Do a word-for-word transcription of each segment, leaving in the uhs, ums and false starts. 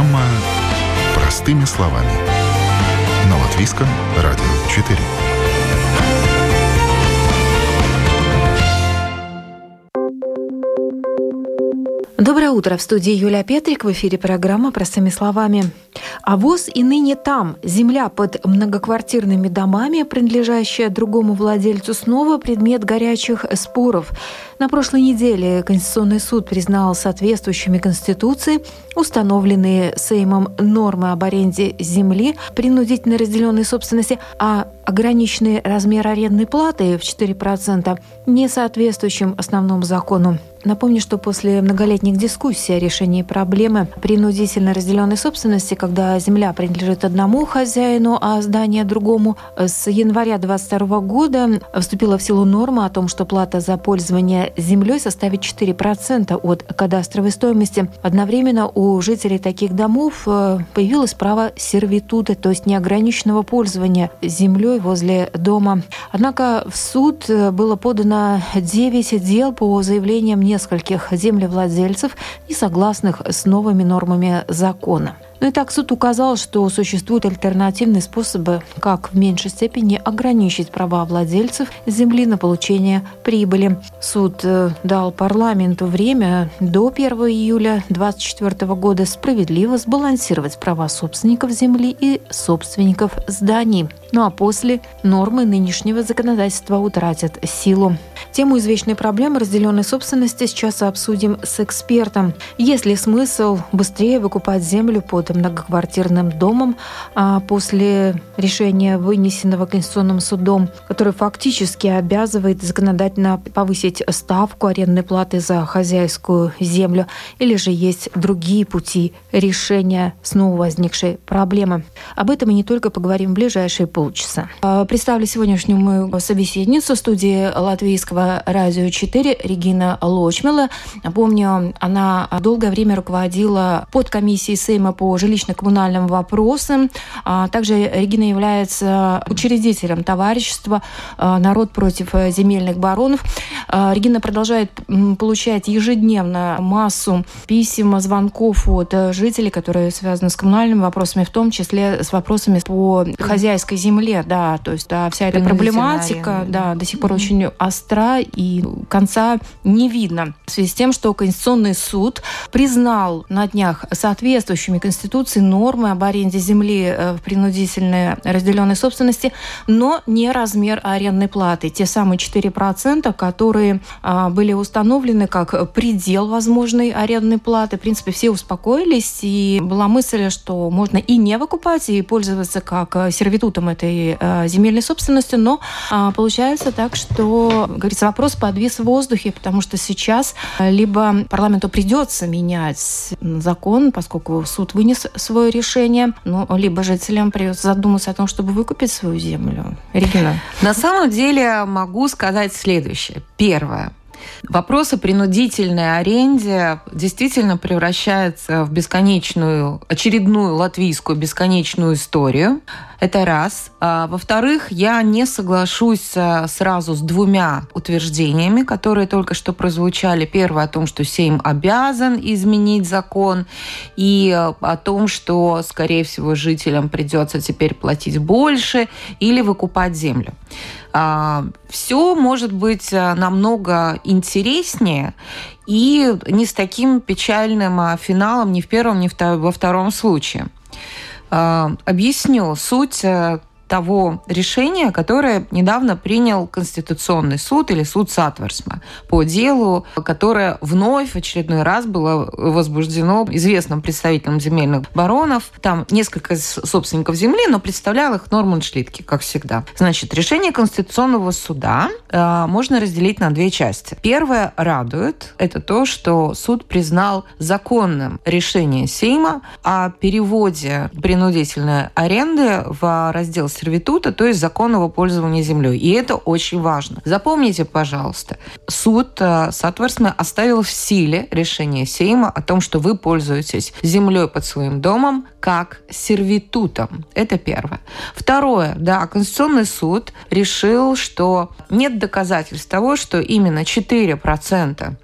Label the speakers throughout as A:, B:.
A: Программа «Простыми словами» на Латвийском радио четыре.
B: Доброе утро. В студии Юлия Петрик. В эфире программа «Простыми словами». А ВОС и ныне там. Земля под многоквартирными домами, принадлежащая другому владельцу, снова предмет горячих споров. На прошлой неделе Конституционный суд признал соответствующими Конституции установленные Сеймом нормы об аренде земли принудительно разделенной собственности, а ограниченный размер арендной платы в четыре процента не соответствующим основному закону. Напомню, что после многолетних дискуссий о решении проблемы принудительно разделенной собственности, когда земля принадлежит одному хозяину, а здание другому, с января двадцать второго года вступила в силу норма о том, что плата за пользование землей составит четыре процента от кадастровой стоимости. Одновременно у жителей таких домов появилось право сервитута, то есть неограниченного пользования землей возле дома. Однако в суд было подано девять дел по заявлениям нескольких землевладельцев, не согласных с новыми нормами закона. Ну и так суд указал, что существуют альтернативные способы, как в меньшей степени ограничить права владельцев земли на получение прибыли. Суд дал парламенту время до первого июля двадцать четвёртого года справедливо сбалансировать права собственников земли и собственников зданий. Ну а после нормы нынешнего законодательства утратят силу. Тему извечной проблемы разделенной собственности сейчас обсудим с экспертом. Есть ли смысл быстрее выкупать землю под многоквартирным домом а после решения, вынесенного Конституционным судом, который фактически обязывает законодательно повысить ставку арендной платы за хозяйскую землю, или же есть другие пути решения снова возникшей проблемы? Об этом и не только поговорим в ближайшие полчаса. Представлю сегодняшнюю мою собеседницу в студии Латвийского радио четыре Регина Лочмела. Напомню, она долгое время руководила подкомиссией Сейма по жилищно-коммунальным вопросам. Также Регина является учредителем товарищества «Народ против земельных баронов». Регина продолжает получать ежедневно массу писем, звонков от жителей, которые связаны с коммунальными вопросами, в том числе с вопросами по хозяйской земле. Да, то есть да, вся эта проблематика да, до сих пор mm-hmm. очень остра и конца не видно. В связи с тем, что Конституционный суд признал на днях соответствующими Конституции нормы об аренде земли в принудительной разделенной собственности, но не размер арендной платы. Те самые четыре процента, которые а, были установлены как предел возможной арендной платы. В принципе, все успокоились, и была мысль, что можно и не выкупать, и пользоваться как сервитутом этой а, земельной собственностью, но а, получается так, что, говорится, вопрос подвис в воздухе, потому что сейчас либо парламенту придется менять закон, поскольку суд вынес свое решение, ну, либо жителям придется задуматься о том, чтобы выкупить свою землю. Регина.
C: На самом деле могу сказать следующее. Первое. Вопрос о принудительной аренде действительно превращается в бесконечную, очередную латвийскую бесконечную историю. Это раз. А, во-вторых, я не соглашусь сразу с двумя утверждениями, которые только что прозвучали. Первое о том, что Сейм обязан изменить закон, и о том, что, скорее всего, жителям придется теперь платить больше или выкупать землю. Все может быть намного интереснее и не с таким печальным финалом ни в первом, ни во втором случае. Объясню суть того решения, которое недавно принял Конституционный суд или суд Сатверсма по делу, которое вновь в очередной раз было возбуждено известным представителем земельных баронов. Там несколько собственников земли, но представлял их Норман Шлитке, как всегда. Значит, решение Конституционного суда э, можно разделить на две части. Первое радует. Это то, что суд признал законным решение Сейма о переводе принудительной аренды в раздел сервитута, то есть законного пользования землей. И это очень важно. Запомните, пожалуйста, суд Сатверсме оставил в силе решение Сейма о том, что вы пользуетесь землей под своим домом как сервитутом. Это первое. Второе. Да, Конституционный суд решил, что нет доказательств того, что именно четыре процента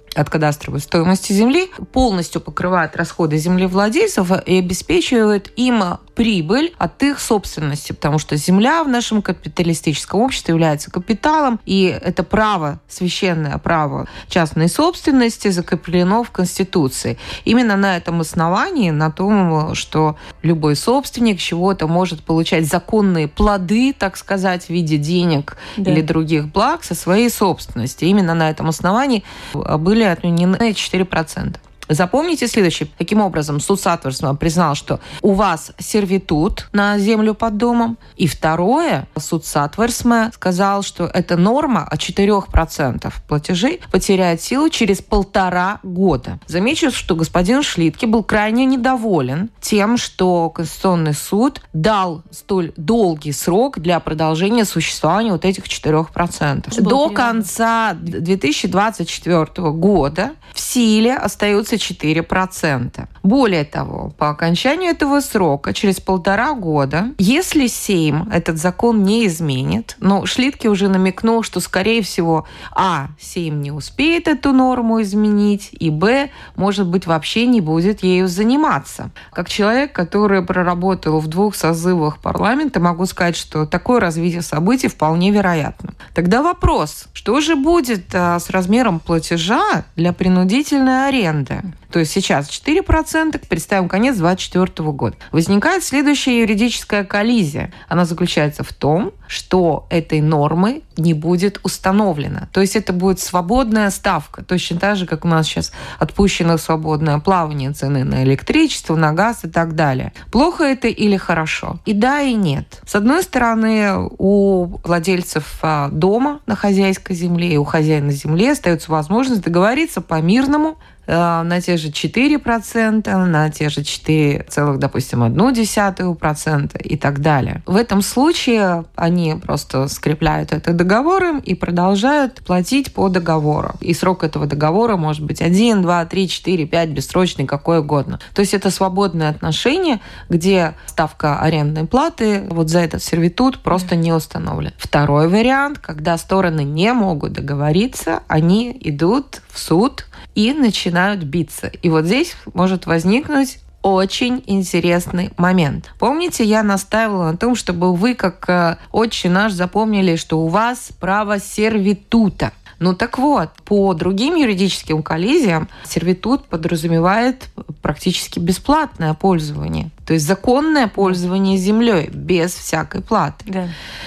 C: от кадастровой стоимости земли, полностью покрывает расходы землевладельцев и обеспечивает им прибыль от их собственности, потому что земля в нашем капиталистическом обществе является капиталом, и это право, священное право частной собственности закреплено в Конституции. Именно на этом основании, на том, что любой собственник чего-то может получать законные плоды, так сказать, в виде денег, да, или других благ со своей собственности. Именно на этом основании были отменены четыре процента. Запомните следующее. Таким образом, суд сатворства признал, что у вас сервитут на землю под домом. И второе, суд сатворства сказал, что эта норма от четыре процента платежей потеряет силу через полтора года. Замечу, что господин Шлитке был крайне недоволен тем, что Конституционный суд дал столь долгий срок для продолжения существования вот этих четыре процента. До конца две тысячи двадцать четвёртого года в силе остаются четыре процента. Более того, по окончанию этого срока, через полтора года, если Сейм этот закон не изменит, но Шлитке уже намекнул, что, скорее всего, а, Сейм не успеет эту норму изменить, и, б, может быть, вообще не будет ею заниматься. Как человек, который проработал в двух созывах парламента, могу сказать, что такое развитие событий вполне вероятно. Тогда вопрос, что же будет а, с размером платежа для принудительной аренды? То есть сейчас четыре процента, представим конец две тысячи двадцать четвёртого года. Возникает следующая юридическая коллизия. Она заключается в том, что этой нормы не будет установлено. То есть это будет свободная ставка. Точно так же, как у нас сейчас отпущено свободное плавание, цены на электричество, на газ и так далее. Плохо это или хорошо? И да, и нет. С одной стороны, у владельцев дома на хозяйской земле и у хозяина земли остается возможность договориться по-мирному на те же четыре процента, на те же четыре целых, допустим, одну десятую процента и так далее. В этом случае они просто скрепляют это договором и продолжают платить по договору. И срок этого договора может быть один, два, три, четыре, пять, бессрочный, какой угодно. То есть это свободные отношения, где ставка арендной платы вот за этот сервитут просто не установлена. Второй вариант, когда стороны не могут договориться, они идут в суд и начинают биться. И вот здесь может возникнуть очень интересный момент. Помните, я настаивала на том, чтобы вы, как отче наш, запомнили, что у вас право сервитута. Ну так вот, по другим юридическим коллизиям сервитут подразумевает практически бесплатное пользование. То есть законное пользование землей без всякой платы. Да.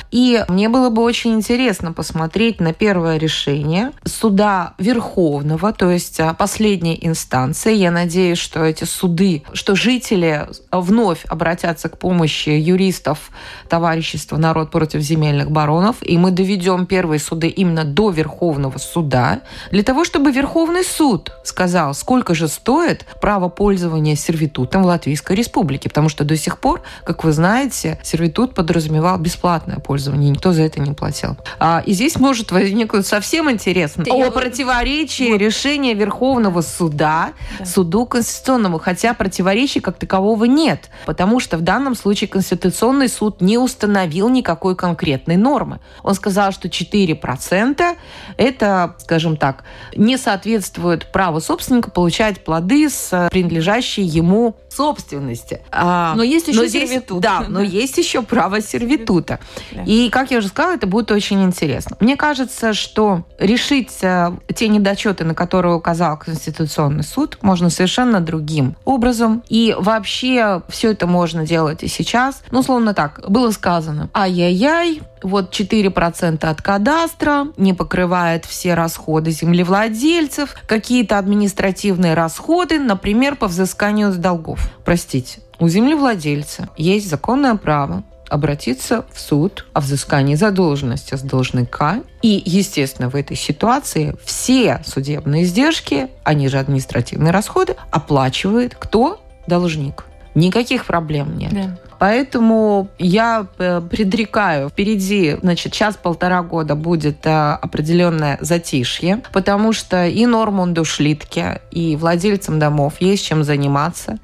C: И мне было бы очень интересно посмотреть на первое решение суда Верховного, то есть последней инстанции. Я надеюсь, что эти суды, что жители вновь обратятся к помощи юристов товарищества «Народ против земельных баронов», и мы доведем первые суды именно до Верховного суда, для того, чтобы Верховный суд сказал, сколько же стоит право пользования сервитутом в Латвийской Республике. Потому что до сих пор, как вы знаете, сервитут подразумевал бесплатное пользование, никто за это не платил. А, и здесь может возникнуть совсем интересно о противоречии вот. решения Верховного суда да. суду конституционному, хотя противоречий как такового нет, потому что в данном случае Конституционный суд не установил никакой конкретной нормы. Он сказал, что четыре процента это, скажем так, не соответствует праву собственника получать плоды с принадлежащей ему собственности.
B: Но есть еще
C: но
B: сервитут.
C: Здесь, да, но есть еще право сервитута. Да. И, как я уже сказала, это будет очень интересно. Мне кажется, что решить те недочеты, на которые указал Конституционный суд, можно совершенно другим образом. И вообще все это можно делать и сейчас. Ну, словно так, было сказано, ай-яй-яй, вот четыре процента от кадастра не покрывает все расходы землевладельцев, какие-то административные расходы, например, по взысканию с долгов. Простите, у землевладельца есть законное право обратиться в суд о взыскании задолженности с должника. И, естественно, в этой ситуации все судебные издержки, они же административные расходы, оплачивает кто? Должник. Никаких проблем нет. Да. Поэтому я предрекаю, впереди, значит, час-полтора года будет определенное затишье, потому что и Нормунду Шлитке, и владельцам домов есть чем заниматься.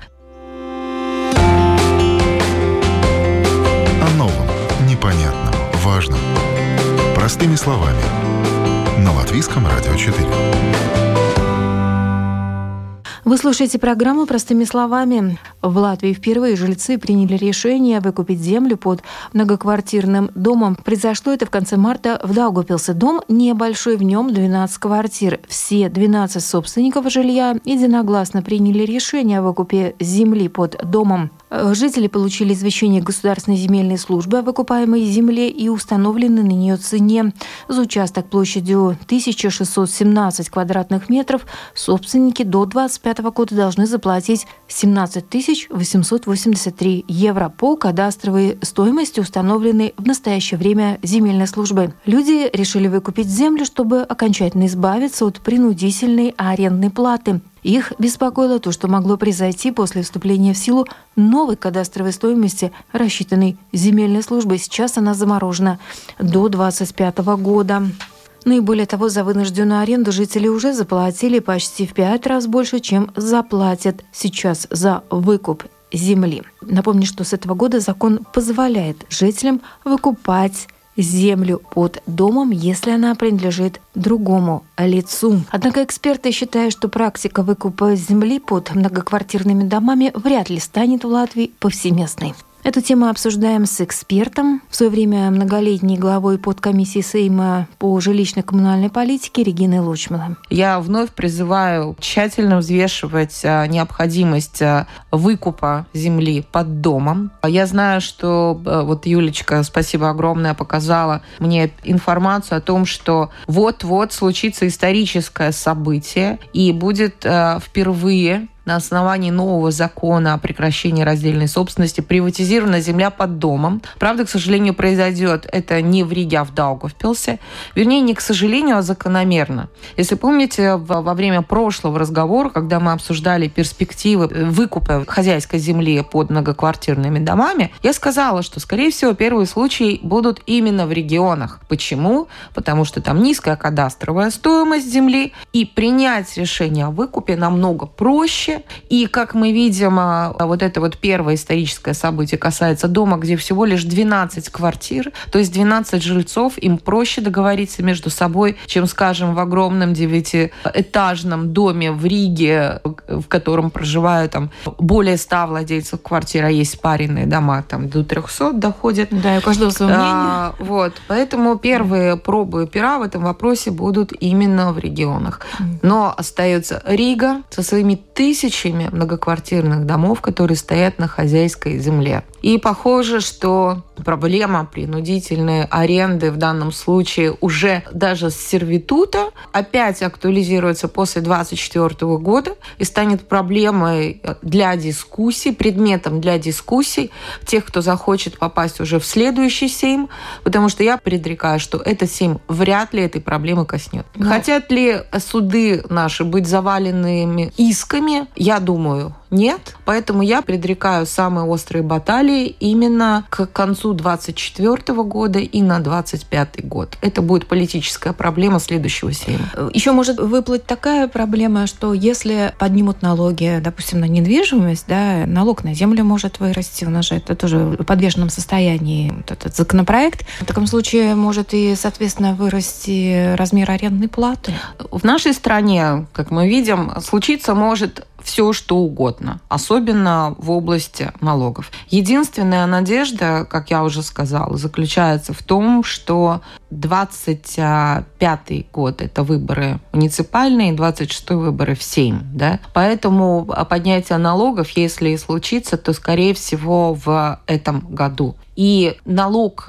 A: О новом, непонятном, важном. Простыми словами. На Латвийском радио четыре.
B: Вы слушаете программу «Простыми словами». В Латвии впервые жильцы приняли решение выкупить землю под многоквартирным домом. Произошло это в конце марта в Даугавпилсе. Дом небольшой, в нем двенадцать квартир. Все двенадцать собственников жилья единогласно приняли решение о выкупе земли под домом. Жители получили извещение Государственной земельной службы о выкупаемой земле и установленной на нее цене. За участок площадью тысяча шестьсот семнадцать квадратных метров собственники до двадцать пятого года должны заплатить семнадцать тысяч восемьсот восемьдесят три евро по кадастровой стоимости, установленной в настоящее время земельной службой. Люди решили выкупить землю, чтобы окончательно избавиться от принудительной арендной платы. Их беспокоило то, что могло произойти после вступления в силу новой кадастровой стоимости, рассчитанной земельной службой. Сейчас она заморожена до двадцать пятого года. Ну и более того, за вынужденную аренду жители уже заплатили почти в пять раз больше, чем заплатят сейчас за выкуп земли. Напомню, что с этого года закон позволяет жителям выкупать землю под домом, если она принадлежит другому лицу. Однако эксперты считают, что практика выкупа земли под многоквартирными домами вряд ли станет в Латвии повсеместной. Эту тему обсуждаем с экспертом, в свое время многолетней главой подкомиссии Сейма по жилищно-коммунальной политике Региной Лучмилой.
C: Я вновь призываю тщательно взвешивать необходимость выкупа земли под домом. Я знаю, что вот Юлечка, спасибо огромное, показала мне информацию о том, что вот-вот случится историческое событие и будет впервые на основании нового закона о прекращении раздельной собственности приватизирована земля под домом. Правда, к сожалению, произойдет это не в Риге, а в Даугавпилсе. Вернее, не к сожалению, а закономерно. Если помните, во время прошлого разговора, когда мы обсуждали перспективы выкупа хозяйской земли под многоквартирными домами, я сказала, что, скорее всего, первые случаи будут именно в регионах. Почему? Потому что там низкая кадастровая стоимость земли, и принять решение о выкупе намного проще. И, как мы видим, вот это вот первое историческое событие касается дома, где всего лишь двенадцать квартир, то есть двенадцать жильцов, им проще договориться между собой, чем, скажем, в огромном девятиэтажном доме в Риге, в котором проживают там более ста владельцев квартир, а есть спаренные дома, там до трехсот доходят.
B: Да, у каждого свое мнение.
C: А, вот, поэтому первые пробы пера в этом вопросе будут именно в регионах. Но остается Рига со своими тысячами многоквартирных домов, которые стоят на хозяйской земле. И похоже, что проблема принудительной аренды в данном случае уже даже с сервитута опять актуализируется после двадцать четвёртого года и станет проблемой для дискуссий, предметом для дискуссий тех, кто захочет попасть уже в следующий Сейм, потому что я предрекаю, что этот Сейм вряд ли этой проблемы коснет. Но... Хотят ли суды наши быть заваленными исками? Я думаю, нет. Поэтому я предрекаю самые острые баталии именно к концу двадцать четвёртого года и на двадцать пятый год. Это будет политическая проблема следующего Сейма.
B: Еще может выплыть такая проблема, что если поднимут налоги, допустим, на недвижимость, да, налог на землю может вырасти. У нас же это тоже в подвешенном состоянии вот этот законопроект. В таком случае может и, соответственно, вырасти размер арендной платы.
C: В нашей стране, как мы видим, случиться может все, что угодно, особенно в области налогов. Единственная надежда, как я уже сказала, заключается в том, что двадцать пятый год – это выборы муниципальные, двадцать шестой выборы в Сейм. Да? Поэтому поднятие налогов, если и случится, то, скорее всего, в этом году. И налог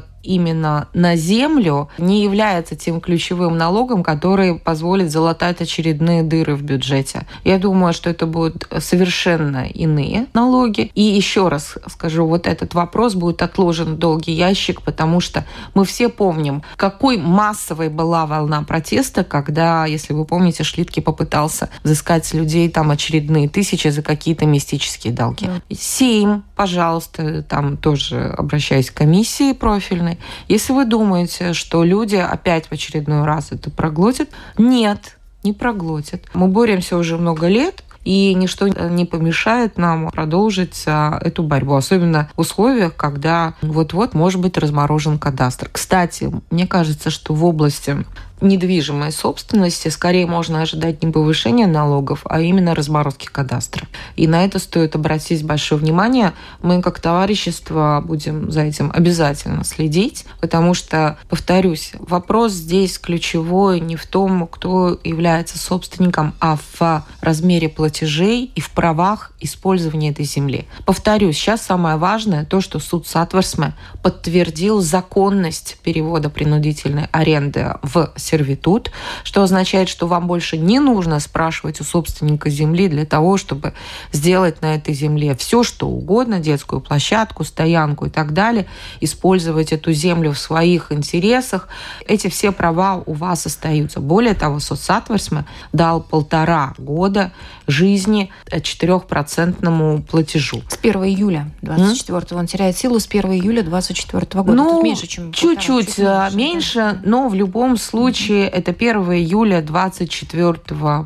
C: именно на землю не является тем ключевым налогом, который позволит залатать очередные дыры в бюджете. Я думаю, что это будут совершенно иные налоги. И еще раз скажу, вот этот вопрос будет отложен в долгий ящик, потому что мы все помним, какой массовой была волна протеста, когда, если вы помните, Шлитке попытался взыскать с людей там очередные тысячи за какие-то мистические долги. Mm. Сейм, пожалуйста, там тоже обращаюсь к комиссии профильной. Если вы думаете, что люди опять в очередной раз это проглотят, нет, не проглотят. Мы боремся уже много лет, и ничто не помешает нам продолжить эту борьбу, особенно в условиях, когда вот-вот может быть разморожен кадастр. Кстати, мне кажется, что в области недвижимой собственности скорее можно ожидать не повышения налогов, а именно разморозки кадастра. И на это стоит обратить большое внимание. Мы как товарищество будем за этим обязательно следить, потому что, повторюсь, вопрос здесь ключевой не в том, кто является собственником, а в размере платежей и в правах использования этой земли. Повторюсь, сейчас самое важное то, что суд Сатверсме подтвердил законность перевода принудительной аренды в сервитут, что означает, что вам больше не нужно спрашивать у собственника земли для того, чтобы сделать на этой земле все, что угодно, детскую площадку, стоянку и так далее, использовать эту землю в своих интересах. Эти все права у вас остаются. Более того, суд Сатверсме дал полтора года жизни четырехпроцентному платежу.
B: С первого июля двадцать четвёртого. Он теряет силу с первого июля двадцать четвёртого года.
C: Ну,
B: Тут меньше, чем
C: чуть-чуть чуть меньше, меньше, но в любом случае mm-hmm. это первого июля двадцать четвёртого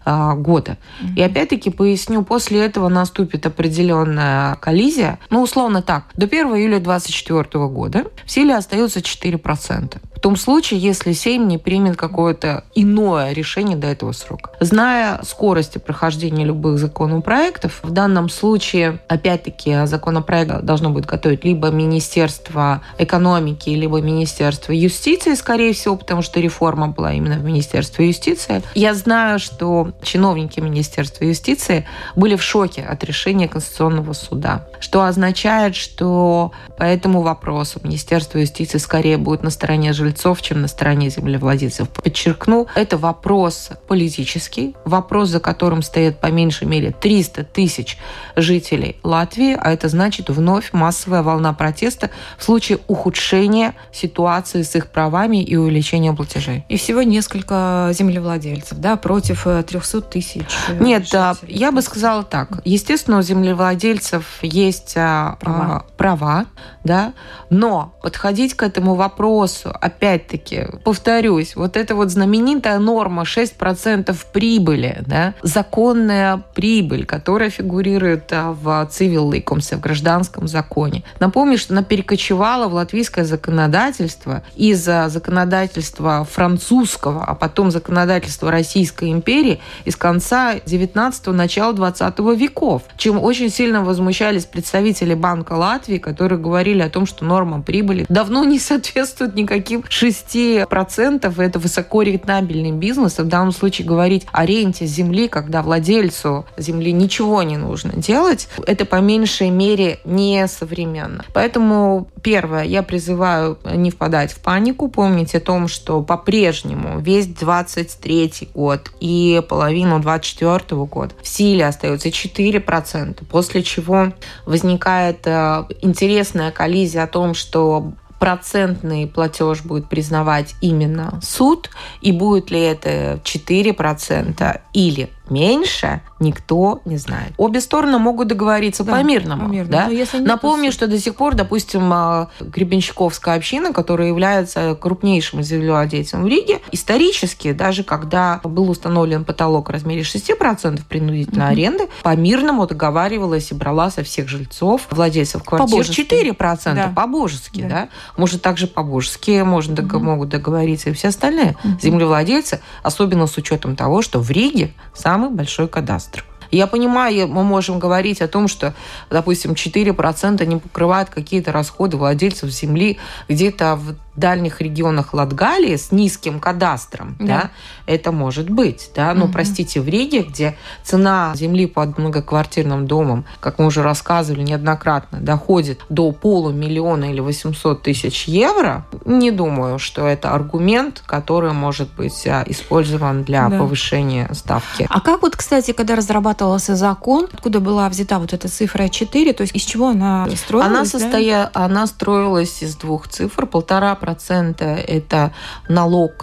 C: года. Mm-hmm. И опять-таки поясню, после этого наступит определенная коллизия. Ну, условно так, до первого июля двадцать четвёртого года в силе остается четыре процента. В том случае, если Сейм не примет какое-то иное решение до этого срока. Зная скорости прохождения любых законопроектов, в данном случае, опять-таки, законопроект должно будет готовить либо Министерство экономики, либо Министерство юстиции, скорее всего, потому что реформа была именно в Министерстве юстиции. Я знаю, что чиновники Министерства юстиции были в шоке от решения Конституционного суда, что означает, что по этому вопросу Министерство юстиции скорее будет на стороне жильцов, чем на стороне землевладельцев. Подчеркну, это вопрос политический, вопрос, за которым стоят по меньшей мере триста тысяч жителей Латвии, а это значит вновь массовая волна протеста в случае ухудшения ситуации с их правами и увеличения платежей.
B: И всего несколько землевладельцев, да, против трехсот тысяч.
C: Нет, жителей. Я бы сказала так. Естественно, у землевладельцев есть права, права, да, но подходить к этому вопросу, опять-таки, повторюсь, вот эта вот знаменитая норма шесть процентов прибыли, да, законная прибыль, которая фигурирует в цивил ликумсе, в гражданском законе. Напомню, что она перекочевала в латвийское законодательство из законодательства французского, а потом законодательства Российской империи из конца девятнадцатого, начала двадцатого веков, чем очень сильно возмущались представители Банка Латвии, которые говорили о том, что норма прибыли давно не соответствует никаким шести процентов. Это высокорентабельный бизнес. В данном случае говорить о ренте земли, когда владельцу земли ничего не нужно делать, это по меньшей мере несовременно. Поэтому, первое, я призываю не впадать в панику, помнить о том, что по-прежнему весь двадцать третий год и половину двадцать четвёртого года в силе остается четыре процента, после чего возникает интересная коллизия о том, что процентный платеж будет признавать именно суд, и будет ли это четыре процента или меньше, никто не знает. Обе стороны могут договориться да, по-мирному. по-мирному. Да? Нет, Напомню, то... что до сих пор, допустим, Гребенщиковская община, которая является крупнейшим землевладельцем в Риге, исторически, даже когда был установлен потолок в размере шесть процентов принудительной mm-hmm. аренды, по-мирному договаривалась и брала со всех жильцов, владельцев квартир четыре процента да. по-божески. Да. Да? Может, также по-божески можно, mm-hmm. дог- могут договориться и все остальные mm-hmm. землевладельцы, особенно с учетом того, что в Риге самый большой кадастр. Я понимаю, мы можем говорить о том, что, допустим, четыре процента не покрывают какие-то расходы владельцев земли где-то в дальних регионах Латгалии с низким кадастром. Да. Да, это может быть. Да? Но, угу. простите, в Риге, где цена земли под многоквартирным домом, как мы уже рассказывали неоднократно, доходит до полумиллиона или восемьсот тысяч евро, не думаю, что это аргумент, который может быть использован для да. повышения ставки.
B: А как вот, кстати, когда разрабатывался закон, откуда была взята вот эта цифра четыре, то есть из чего она строилась?
C: Она, состоя... да? она строилась из двух цифр. Полтора процента это налог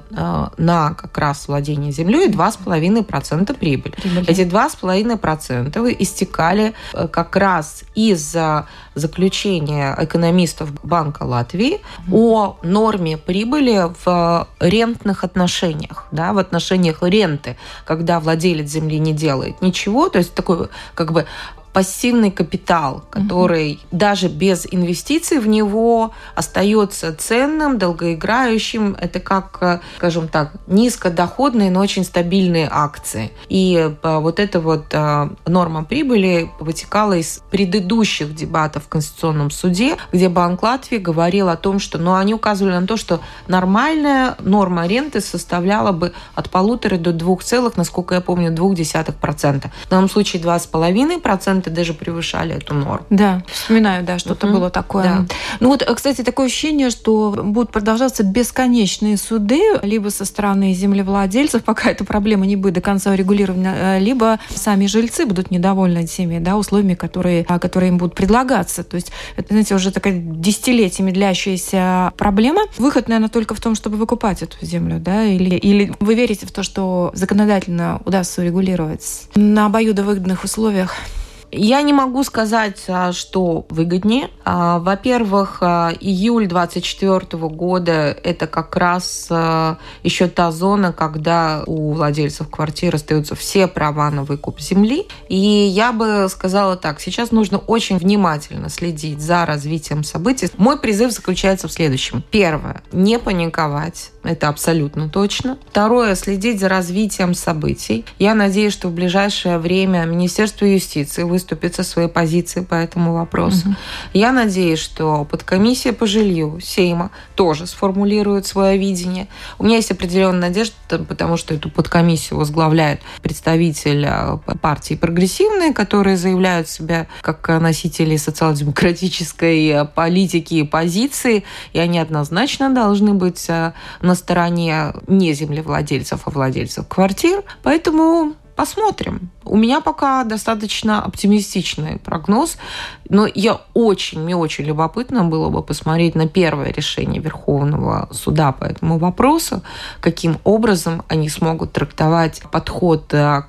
C: на как раз владение землей, и два с половиной процента прибыль. прибыль. Эти два с половиной процента истекали как раз из заключения экономистов Банка Латвии mm-hmm. о норме прибыли в рентных отношениях, да, в отношениях ренты, когда владелец земли не делает ничего, то есть такой как бы пассивный капитал, который угу. даже без инвестиций в него остается ценным, долгоиграющим. Это как, скажем так, низкодоходные, но очень стабильные акции. И вот эта вот норма прибыли вытекала из предыдущих дебатов в Конституционном суде, где Банк Латвии говорил о том, что ну, они указывали на то, что нормальная норма ренты составляла бы от полутора до двух целых, насколько я помню, двух десятых процента. В данном случае два с половиной процента даже превышали эту норму.
B: Да, вспоминаю, да, что-то mm-hmm. было такое. Да. Ну вот, кстати, такое ощущение, что будут продолжаться бесконечные суды, либо со стороны землевладельцев, пока эта проблема не будет до конца урегулирована, либо сами жильцы будут недовольны теми, да, условиями, которые, которые им будут предлагаться. То есть это, знаете, уже такая десятилетиями длящаяся проблема. Выход, наверное, только в том, чтобы выкупать эту землю, да, или, или вы верите в то, что законодательно удастся урегулировать на обоюдовыгодных условиях?
C: Я не могу сказать, что выгоднее. Во-первых, июль двадцать четвёртого года – это как раз еще та зона, когда у владельцев квартир остаются все права на выкуп земли. И я бы сказала так, сейчас нужно очень внимательно следить за развитием событий. Мой призыв заключается в следующем. Первое – не паниковать. Это абсолютно точно. Второе – следить за развитием событий. Я надеюсь, что в ближайшее время Министерство юстиции выступит со своей позицией по этому вопросу. Угу. Я надеюсь, что подкомиссия по жилью Сейма тоже сформулирует свое видение. У меня есть определенная надежда, потому что эту подкомиссию возглавляет представитель партии «Прогрессивные», которые заявляют себя как носители социал-демократической политики и позиции, и они однозначно должны быть на стороне не землевладельцев, а владельцев квартир. Поэтому посмотрим. У меня пока достаточно оптимистичный прогноз, но я очень, мне очень любопытно было бы посмотреть на первое решение Верховного суда по этому вопросу, каким образом они смогут трактовать подход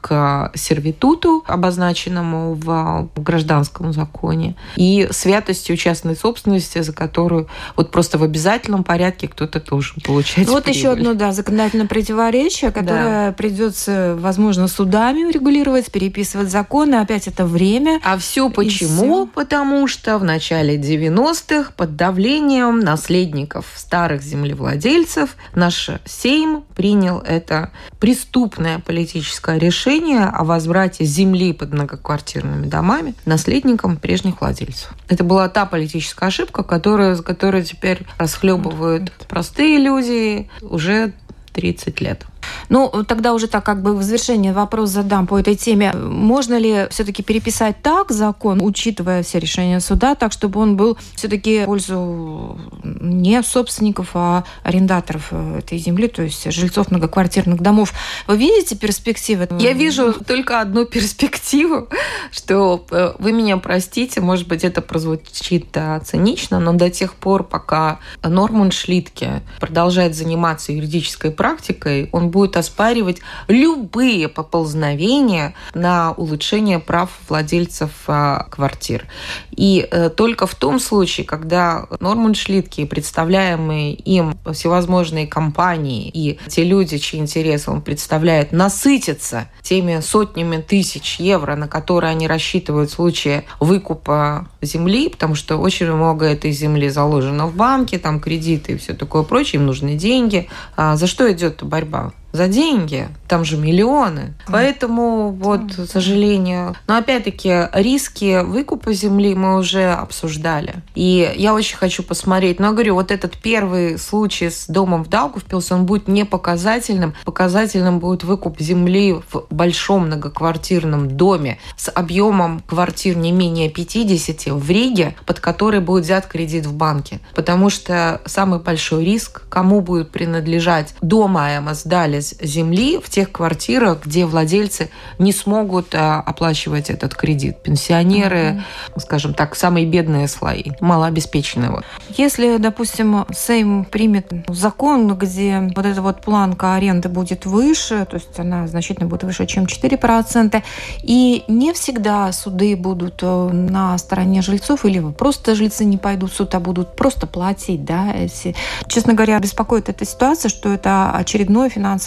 C: к сервитуту, обозначенному в гражданском законе, и святостью частной собственности, за которую вот просто в обязательном порядке кто-то должен получать
B: Вот
C: прибыль.
B: Еще одно, да, законодательное противоречие, которое да. придется, возможно, судами урегулировать, переписывать законы, опять это время.
C: А все почему? Все. Потому что в начале девяностых под давлением наследников старых землевладельцев наш Сейм принял это преступное политическое решение о возврате земли под многоквартирными домами наследникам прежних владельцев. Это была та политическая ошибка, которую, за которую теперь расхлебывают простые люди уже тридцать лет.
B: Ну, тогда уже так как бы в завершение вопрос задам по этой теме. Можно ли все-таки переписать так закон, учитывая все решения суда, так, чтобы он был все-таки в пользу не собственников, а арендаторов этой земли, то есть жильцов многоквартирных домов? Вы видите перспективы?
C: Я вижу только одну перспективу, что вы меня простите, может быть, это прозвучит цинично, но до тех пор, пока Нормунд Шлитке продолжает заниматься юридической практикой, он будет оспаривать любые поползновения на улучшение прав владельцев а, квартир. И а, только в том случае, когда Нормунд Шлитке, представляемые им всевозможные компании и те люди, чьи интересы он представляет, насытятся теми сотнями тысяч евро, на которые они рассчитывают в случае выкупа земли, потому что очень много этой земли заложено в банке, там кредиты и все такое прочее, им нужны деньги. А за что идет борьба? За деньги. Там же миллионы. Поэтому, вот, к сожалению... Но, опять-таки, риски выкупа земли мы уже обсуждали. И я очень хочу посмотреть. Но, я говорю, вот этот первый случай с домом в Даугавпилсе, он будет не показательным. Показательным будет выкуп земли в большом многоквартирном доме с объемом квартир не менее пятидесяти в Риге, под который будет взят кредит в банке. Потому что самый большой риск, кому будет принадлежать дом АМС Далес земли в тех квартирах, где владельцы не смогут а, оплачивать этот кредит. Пенсионеры, mm-hmm. скажем так, самые бедные слои, малообеспеченные.
B: Если, допустим, Сейм примет закон, где вот эта вот планка аренды будет выше, то есть она значительно будет выше, чем четыре процента, и не всегда суды будут на стороне жильцов, или просто жильцы не пойдут в суд, а будут просто платить, да, если... Честно говоря, беспокоит эта ситуация, что это очередной финансовый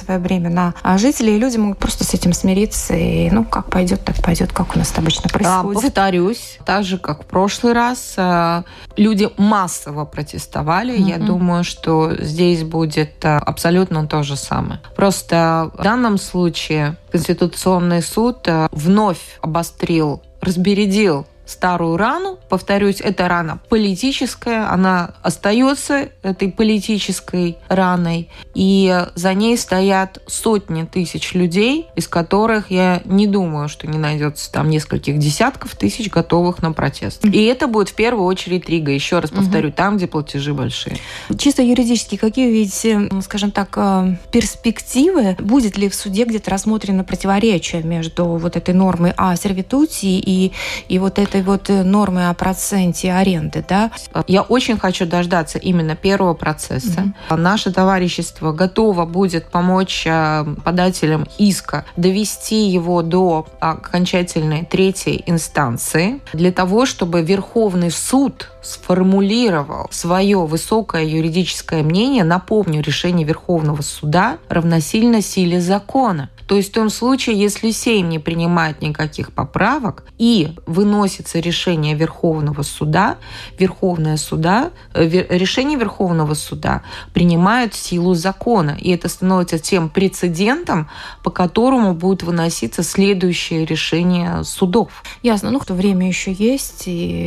D: финансовое бремя на жителей, и люди могут просто с этим смириться, и, ну, как пойдет, так пойдет, как у нас это обычно происходит.
C: Да, повторюсь, так же, как в прошлый раз, люди массово протестовали. Mm-hmm. Я думаю, что здесь будет абсолютно то же самое. Просто в данном случае Конституционный суд вновь обострил, разбередил старую рану. Повторюсь, эта рана политическая, она остается этой политической раной, и за ней стоят сотни тысяч людей, из которых я не думаю, что не найдется там нескольких десятков тысяч готовых на протест. Mm-hmm. И это будет в первую очередь Рига. Еще раз повторю, mm-hmm. там, где платежи большие.
D: Чисто юридически, какие вы видите, скажем так, перспективы? Будет ли в суде где-то рассмотрено противоречие между вот этой нормой о сервитуте и, и вот этой вот нормы о проценте аренды, да?
C: Я очень хочу дождаться именно первого процесса. Mm-hmm. Наше товарищество готово будет помочь подателям иска довести его до окончательной третьей инстанции для того, чтобы Верховный суд сформулировал свое высокое юридическое мнение. Напомню, решение Верховного суда равносильно силе закона. То есть в том случае, если Сейм не принимает никаких поправок и выносится решение Верховного суда, Верховное суда, решение Верховного суда принимает силу закона. И это становится тем прецедентом, по которому будут выноситься следующие решения судов.
D: Ясно. Ну, время еще есть,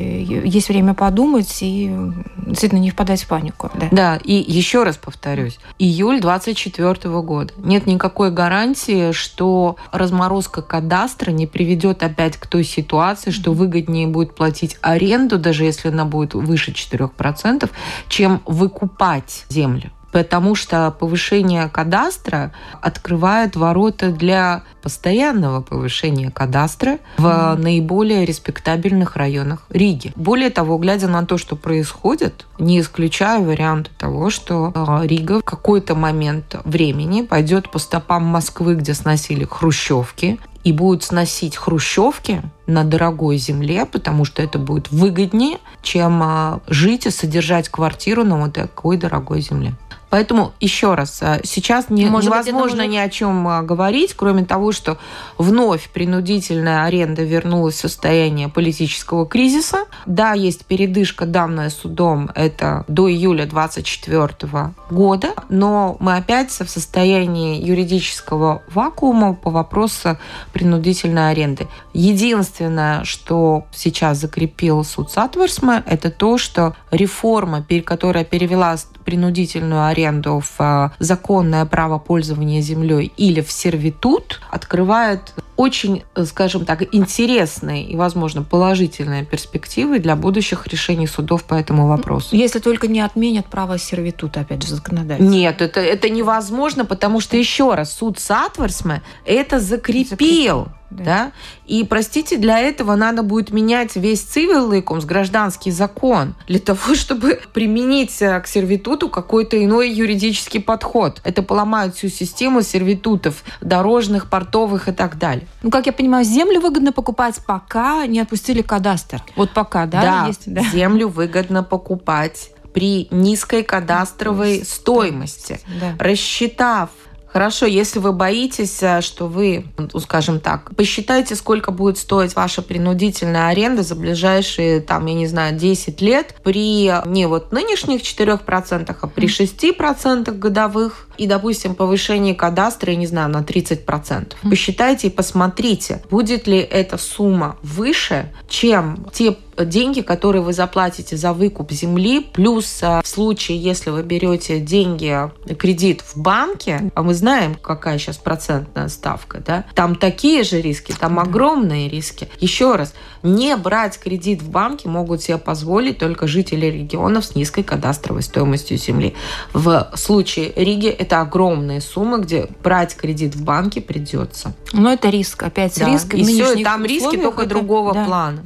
D: и есть время подумать и действительно не впадать в панику. Да,
C: да, и еще раз повторюсь, июль двадцать четвёртого года. Нет никакой гарантии, что разморозка кадастра не приведет опять к той ситуации, что выгоднее будет платить аренду, даже если она будет выше четырех процентов, чем выкупать землю. Потому что повышение кадастра открывает ворота для постоянного повышения кадастра в mm. наиболее респектабельных районах Риги. Более того, глядя на то, что происходит, не исключаю варианта того, что Рига в какой-то момент времени пойдет по стопам Москвы, где сносили хрущевки, и будут сносить хрущевки на дорогой земле, потому что это будет выгоднее, чем жить и содержать квартиру на вот такой дорогой земле. Поэтому, еще раз, сейчас не, невозможно быть, ни о чем говорить, кроме того, что вновь принудительная аренда вернулась в состояние политического кризиса. Да, есть передышка, данная судом, это до июля двадцать четвёртого года, но мы опять в состоянии юридического вакуума по вопросу принудительной аренды. Единственное, что сейчас закрепил суд Сатверсме, это то, что реформа, которая перевела принудительную аренду в законное право пользования землей или в сервитут, открывает очень, скажем так, интересные и, возможно, положительные перспективы для будущих решений судов по этому вопросу.
D: Если только не отменят право сервитута, опять же, законодательство.
C: Нет, это, это невозможно, потому что, еще раз, суд Сатверсме это закрепил. закрепил. Да. Да? И, простите, для этого надо будет менять весь цивиликумс, гражданский закон, для того, чтобы применить к сервитуту какой-то иной юридический подход. Это поломает всю систему сервитутов, дорожных, портовых и так далее.
D: Ну, как я понимаю, землю выгодно покупать, пока не отпустили кадастр. Вот пока, да?
C: Да,
D: есть, да.
C: Землю выгодно покупать при низкой кадастровой стоимости. Да. Рассчитав, хорошо, если вы боитесь, что вы, скажем так, посчитайте, сколько будет стоить ваша принудительная аренда за ближайшие, там, я не знаю, десять лет при не вот нынешних четырёх процентах, а при шести процентах годовых и, допустим, повышении кадастра, я не знаю, на тридцать процентов. Посчитайте и посмотрите, будет ли эта сумма выше, чем те деньги, которые вы заплатите за выкуп земли, плюс в случае, если вы берете деньги, кредит в банке, а мы знаем, какая сейчас процентная ставка, да, там такие же риски, там огромные риски. Еще раз, не брать кредит в банке могут себе позволить только жители регионов с низкой кадастровой стоимостью земли. В случае Риги это огромные суммы, где брать кредит в банке придется.
D: Но это риск, опять
C: да.
D: риск.
C: И все, и там риски только это... другого да. плана.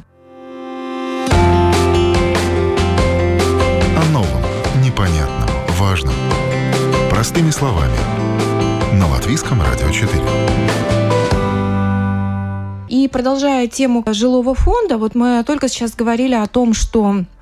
A: О новом, непонятном, важном. Простыми словами. На Латвийском радио четыре.
D: И продолжая тему жилого фонда, вот мы только сейчас говорили о том, что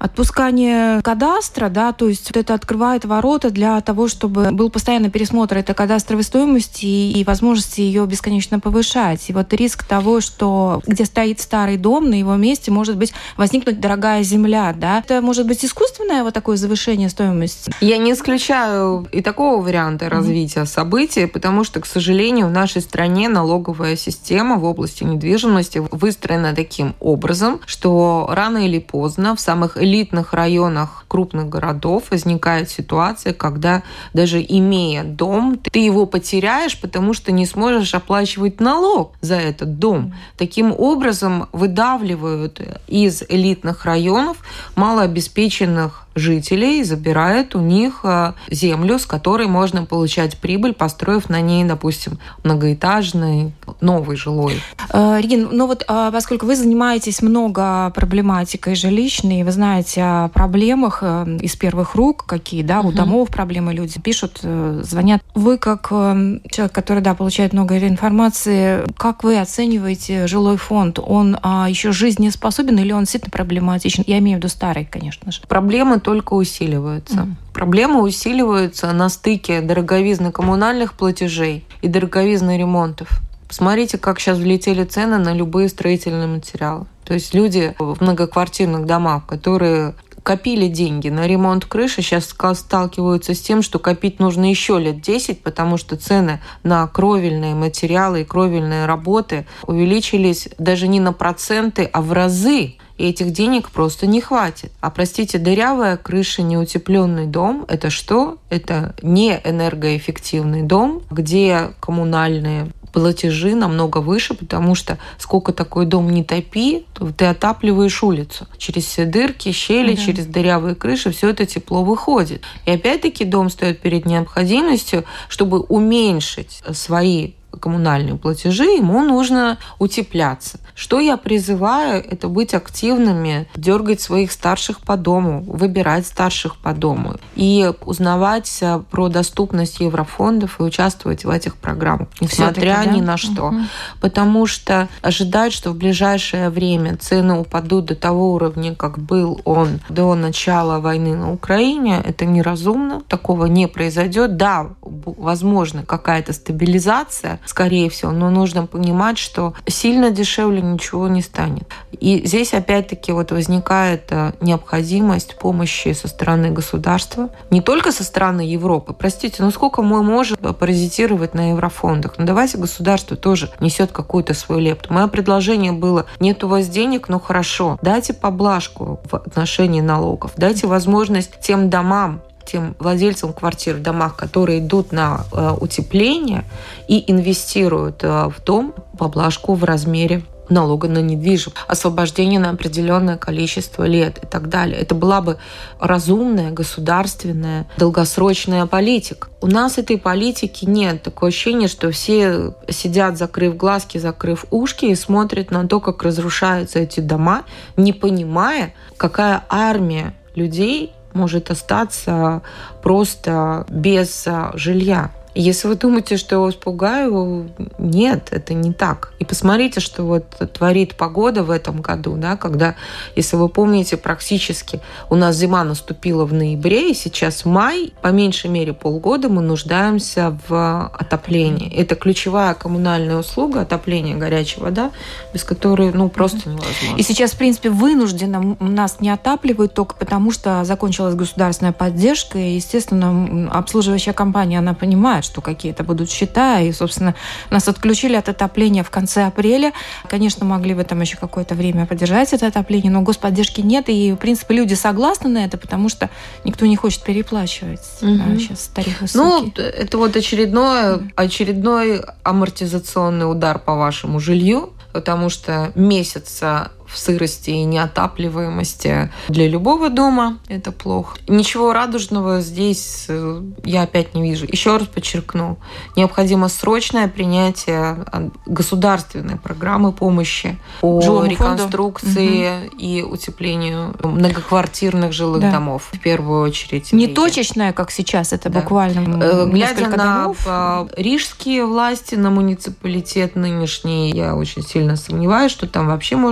D: отпускание кадастра, да, то есть вот это открывает ворота для того, чтобы был постоянный пересмотр этой кадастровой стоимости и, и возможности ее бесконечно повышать. И вот риск того, что где стоит старый дом, на его месте может быть возникнуть дорогая земля, да. Это может быть искусственное вот такое завышение стоимости?
C: Я не исключаю и такого варианта развития mm-hmm. событий, потому что, к сожалению, в нашей стране налоговая система в области недвижимости выстроена таким образом, что рано или поздно в самых элитных районах крупных городов возникает ситуация, когда даже имея дом, ты его потеряешь, потому что не сможешь оплачивать налог за этот дом. Mm-hmm. Таким образом выдавливают из элитных районов малообеспеченных жителей, забирает у них землю, с которой можно получать прибыль, построив на ней, допустим, многоэтажный новый жилой.
D: Регина, ну вот поскольку вы занимаетесь много проблематикой жилищной, вы знаете о проблемах из первых рук, какие, да, у угу. домов проблемы, люди пишут, звонят. Вы как человек, который, да, получает много информации, как вы оцениваете жилой фонд? Он еще жизнеспособен или он действительно проблематичен? Я имею в виду старый, конечно же.
C: Проблемы только усиливаются. Mm. Проблемы усиливаются на стыке дороговизны коммунальных платежей и дороговизны ремонтов. Посмотрите, как сейчас влетели цены на любые строительные материалы. То есть люди в многоквартирных домах, которые копили деньги на ремонт крыши, сейчас сталкиваются с тем, что копить нужно еще лет десять, потому что цены на кровельные материалы и кровельные работы увеличились даже не на проценты, а в разы. И этих денег просто не хватит. А, простите, дырявая крыша, неутепленный дом – это что? Это не энергоэффективный дом, где коммунальные платежи намного выше, потому что сколько такой дом не топи, то ты отапливаешь улицу. Через все дырки, щели, mm-hmm. через дырявые крыши все это тепло выходит. И опять-таки дом стоит перед необходимостью, чтобы уменьшить свои коммунальные платежи, ему нужно утепляться. Что я призываю, это быть активными, дергать своих старших по дому, выбирать старших по дому и узнавать про доступность еврофондов и участвовать в этих программах, несмотря
D: Всё-таки, да?
C: ни на что.
D: Угу.
C: Потому что ожидать, что в ближайшее время цены упадут до того уровня, как был он до начала войны на Украине, это неразумно, такого не произойдет. Да, возможно, какая-то стабилизация, скорее всего, но нужно понимать, что сильно дешевле ничего не станет. И здесь опять-таки вот возникает необходимость помощи со стороны государства, не только со стороны Европы. Простите, ну сколько мы можем паразитировать на еврофондах? Ну давайте государство тоже несет какую-то свою лепту. Мое предложение было: нет у вас денег, ну хорошо, дайте поблажку в отношении налогов, дайте возможность тем домам, тем владельцам квартир в домах, которые идут на э, утепление и инвестируют э, в дом, поблажку в размере налога на недвижимость, освобождение на определенное количество лет и так далее. Это была бы разумная, государственная, долгосрочная политика. У нас этой политики нет. Такое ощущение, что все сидят, закрыв глазки, закрыв ушки, и смотрят на то, как разрушаются эти дома, не понимая, какая армия людей может остаться просто без жилья. Если вы думаете, что я вас пугаю, нет, это не так. И посмотрите, что вот творит погода в этом году, да, когда, если вы помните, практически у нас зима наступила в ноябре, и сейчас май, по меньшей мере полгода мы нуждаемся в отоплении. Это ключевая коммунальная услуга, отопление, горячая вода, без которой, ну, просто невозможно.
D: И сейчас, в принципе, вынужденно нас не отапливают только потому, что закончилась государственная поддержка, и, естественно, обслуживающая компания, она понимает, что какие-то будут счета, и, собственно, нас отключили от отопления в конце апреля. Конечно, могли бы там еще какое-то время поддержать это отопление, но господдержки нет, и, в принципе, люди согласны на это, потому что никто не хочет переплачивать. Угу. Да, сейчас тарифы высокие.
C: Ну, это вот очередной, очередной амортизационный удар по вашему жилью, потому что месяц в сырости и неотапливаемости для любого дома это плохо. Ничего радужного здесь я опять не вижу. Еще раз подчеркну, необходимо срочное принятие государственной программы помощи по Жилому реконструкции угу. и утеплению многоквартирных жилых да. домов в первую очередь.
D: Не точечная, как сейчас, это да. буквально
C: глядя на
D: домов.
C: Рижские власти, на муниципалитет нынешний, я очень сильно сомневаюсь, что там вообще можно что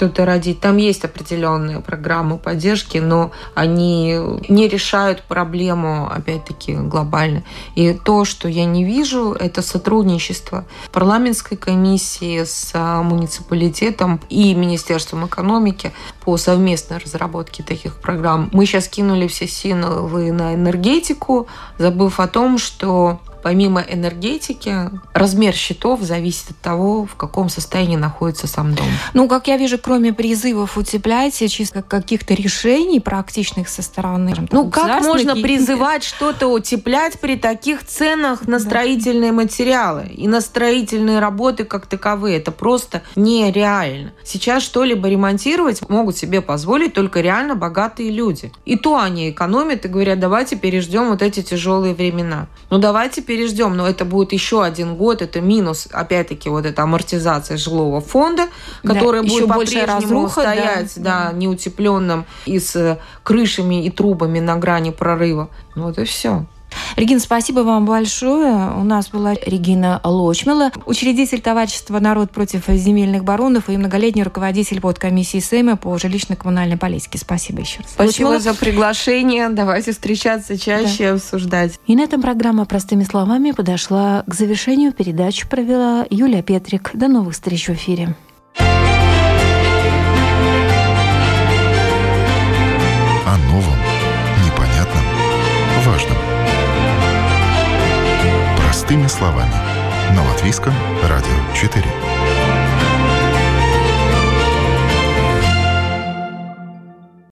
C: что-то родить. Там есть определенные программы поддержки, но они не решают проблему, опять-таки, глобально. И то, что я не вижу, это сотрудничество парламентской комиссии с муниципалитетом и Министерством экономики по совместной разработке таких программ. Мы сейчас кинули все силы на энергетику, забыв о том, что помимо энергетики, размер счетов зависит от того, в каком состоянии находится сам дом.
D: Ну, как я вижу, кроме призывов утепляйте, чисто каких-то решений практичных со стороны...
C: Ну, как можно призывать что-то утеплять при таких ценах на строительные да. материалы и на строительные работы как таковые? Это просто нереально. Сейчас что-либо ремонтировать могут себе позволить только реально богатые люди. И то они экономят и говорят, давайте переждем вот эти тяжелые времена. Ну, давайте переждем. Переждем, но это будет еще один год, это минус, опять-таки, вот эта амортизация жилого фонда, которая да, будет по-прежнему разруха, стоять да, да, неутепленным и с крышами и трубами на грани прорыва. Вот и все.
D: Регина, спасибо вам большое. У нас была Регина Лочмела, учредитель товарищества «Народ против земельных баронов» и многолетний руководитель подкомиссии Сейма по жилищно-коммунальной политике. Спасибо еще раз.
C: Спасибо Лочмела. За приглашение. Давайте встречаться чаще, да. обсуждать.
B: И на этом программа «Простыми словами» подошла к завершению. Передачу провела Юлия Петрик. До новых встреч в эфире.
A: О новом, непонятном, важном. Простыми словами. На Латвийском радио четыре.